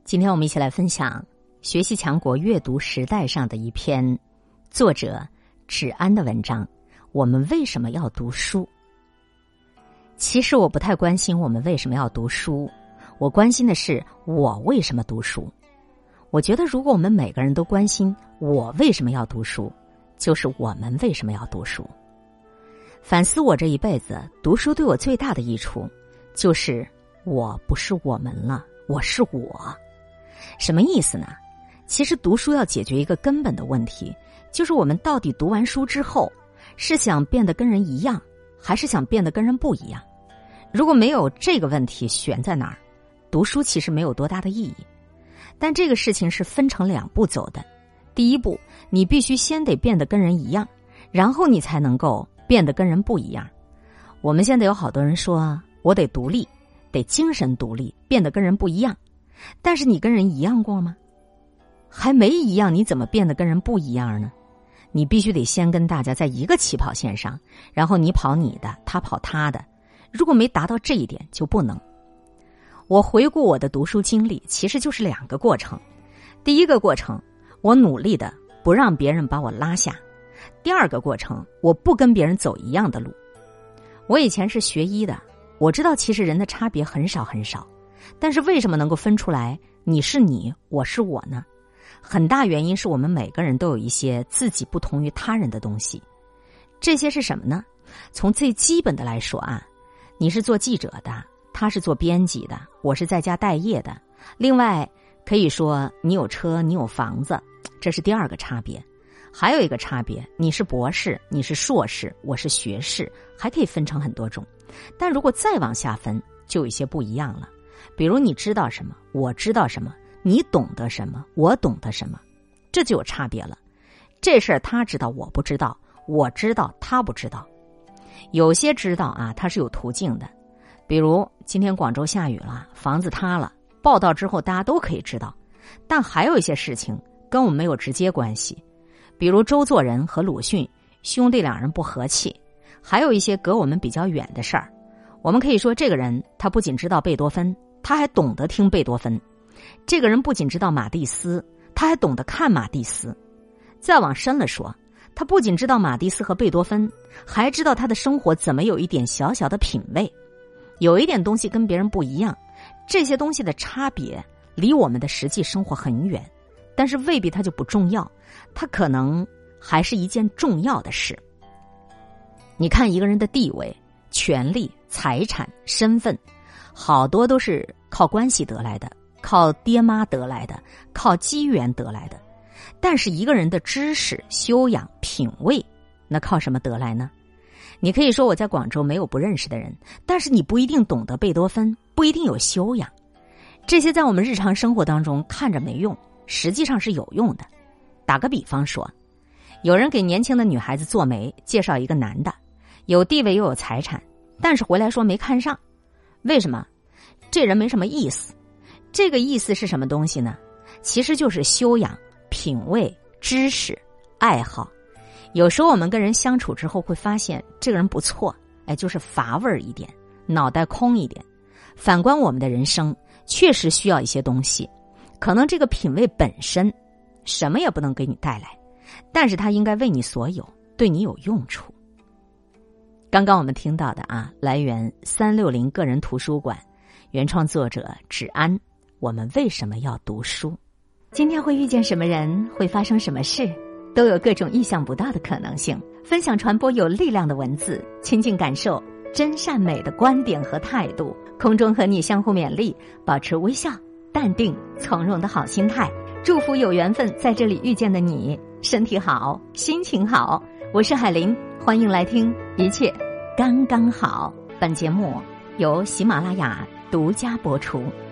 今天我们一起来分享学习强国阅读时代上的一篇作者芷安的文章，我们为什么要读书？其实我不太关心我们为什么要读书，我关心的是我为什么读书。我觉得如果我们每个人都关心我为什么要读书，就是我们为什么要读书。反思我这一辈子，读书对我最大的益处就是我不是我们了，我是我。什么意思呢？其实读书要解决一个根本的问题，就是我们到底读完书之后，是想变得跟人一样，还是想变得跟人不一样？如果没有这个问题悬在那儿，读书其实没有多大的意义。但这个事情是分成两步走的。第一步，你必须先得变得跟人一样，然后你才能够变得跟人不一样。我们现在有好多人说，我得独立，得精神独立，变得跟人不一样。但是你跟人一样过吗？还没一样，你怎么变得跟人不一样呢？你必须得先跟大家在一个起跑线上，然后你跑你的，他跑他的。如果没达到这一点，就不能。我回顾我的读书经历，其实就是两个过程。第一个过程，我努力的不让别人把我拉下；第二个过程，我不跟别人走一样的路。我以前是学医的，我知道其实人的差别很少很少，但是为什么能够分出来你是你，我是我呢？很大原因是我们每个人都有一些自己不同于他人的东西。这些是什么呢？从最基本的来说啊，你是做记者的，他是做编辑的，我是在家待业的。另外可以说你有车，你有房子，这是第二个差别。还有一个差别，你是博士，你是硕士，我是学士，还可以分成很多种。但如果再往下分，就有一些不一样了。比如你知道什么，我知道什么，你懂得什么，我懂得什么，这就有差别了。这事儿他知道我不知道，我知道他不知道。有些知道啊，它是有途径的。比如今天广州下雨了，房子塌了，报道之后大家都可以知道。但还有一些事情跟我们没有直接关系，比如周作人和鲁迅兄弟两人不和气，还有一些隔我们比较远的事儿。我们可以说这个人他不仅知道贝多芬，他还懂得听贝多芬。这个人不仅知道马蒂斯，他还懂得看马蒂斯。再往深了说，他不仅知道马蒂斯和贝多芬，还知道他的生活怎么有一点小小的品味。有一点东西跟别人不一样，这些东西的差别离我们的实际生活很远，但是未必它就不重要，它可能还是一件重要的事。你看一个人的地位、权力、财产、身份，好多都是靠关系得来的，靠爹妈得来的，靠机缘得来的。但是一个人的知识、修养、品味，那靠什么得来呢？你可以说我在广州没有不认识的人，但是你不一定懂得贝多芬，不一定有修养。这些在我们日常生活当中看着没用，实际上是有用的。打个比方说，有人给年轻的女孩子做媒，介绍一个男的，有地位又有财产，但是回来说没看上。为什么？这人没什么意思。这个意思是什么东西呢？其实就是修养、品味、知识、爱好。有时候我们跟人相处之后会发现这个人不错，就是乏味一点，脑袋空一点。反观我们的人生，确实需要一些东西，可能这个品味本身什么也不能给你带来，但是它应该为你所有，对你有用处。刚刚我们听到的啊，来源360个人图书馆，原创作者芷安。我们为什么要读书？今天会遇见什么人，会发生什么事，都有各种意想不到的可能性。分享传播有力量的文字，亲近感受真善美的观点和态度。空中和你相互勉励，保持微笑、淡定、从容的好心态。祝福有缘分在这里遇见的你，身体好，心情好。我是海林，欢迎来听一切刚刚好。本节目由喜马拉雅独家播出。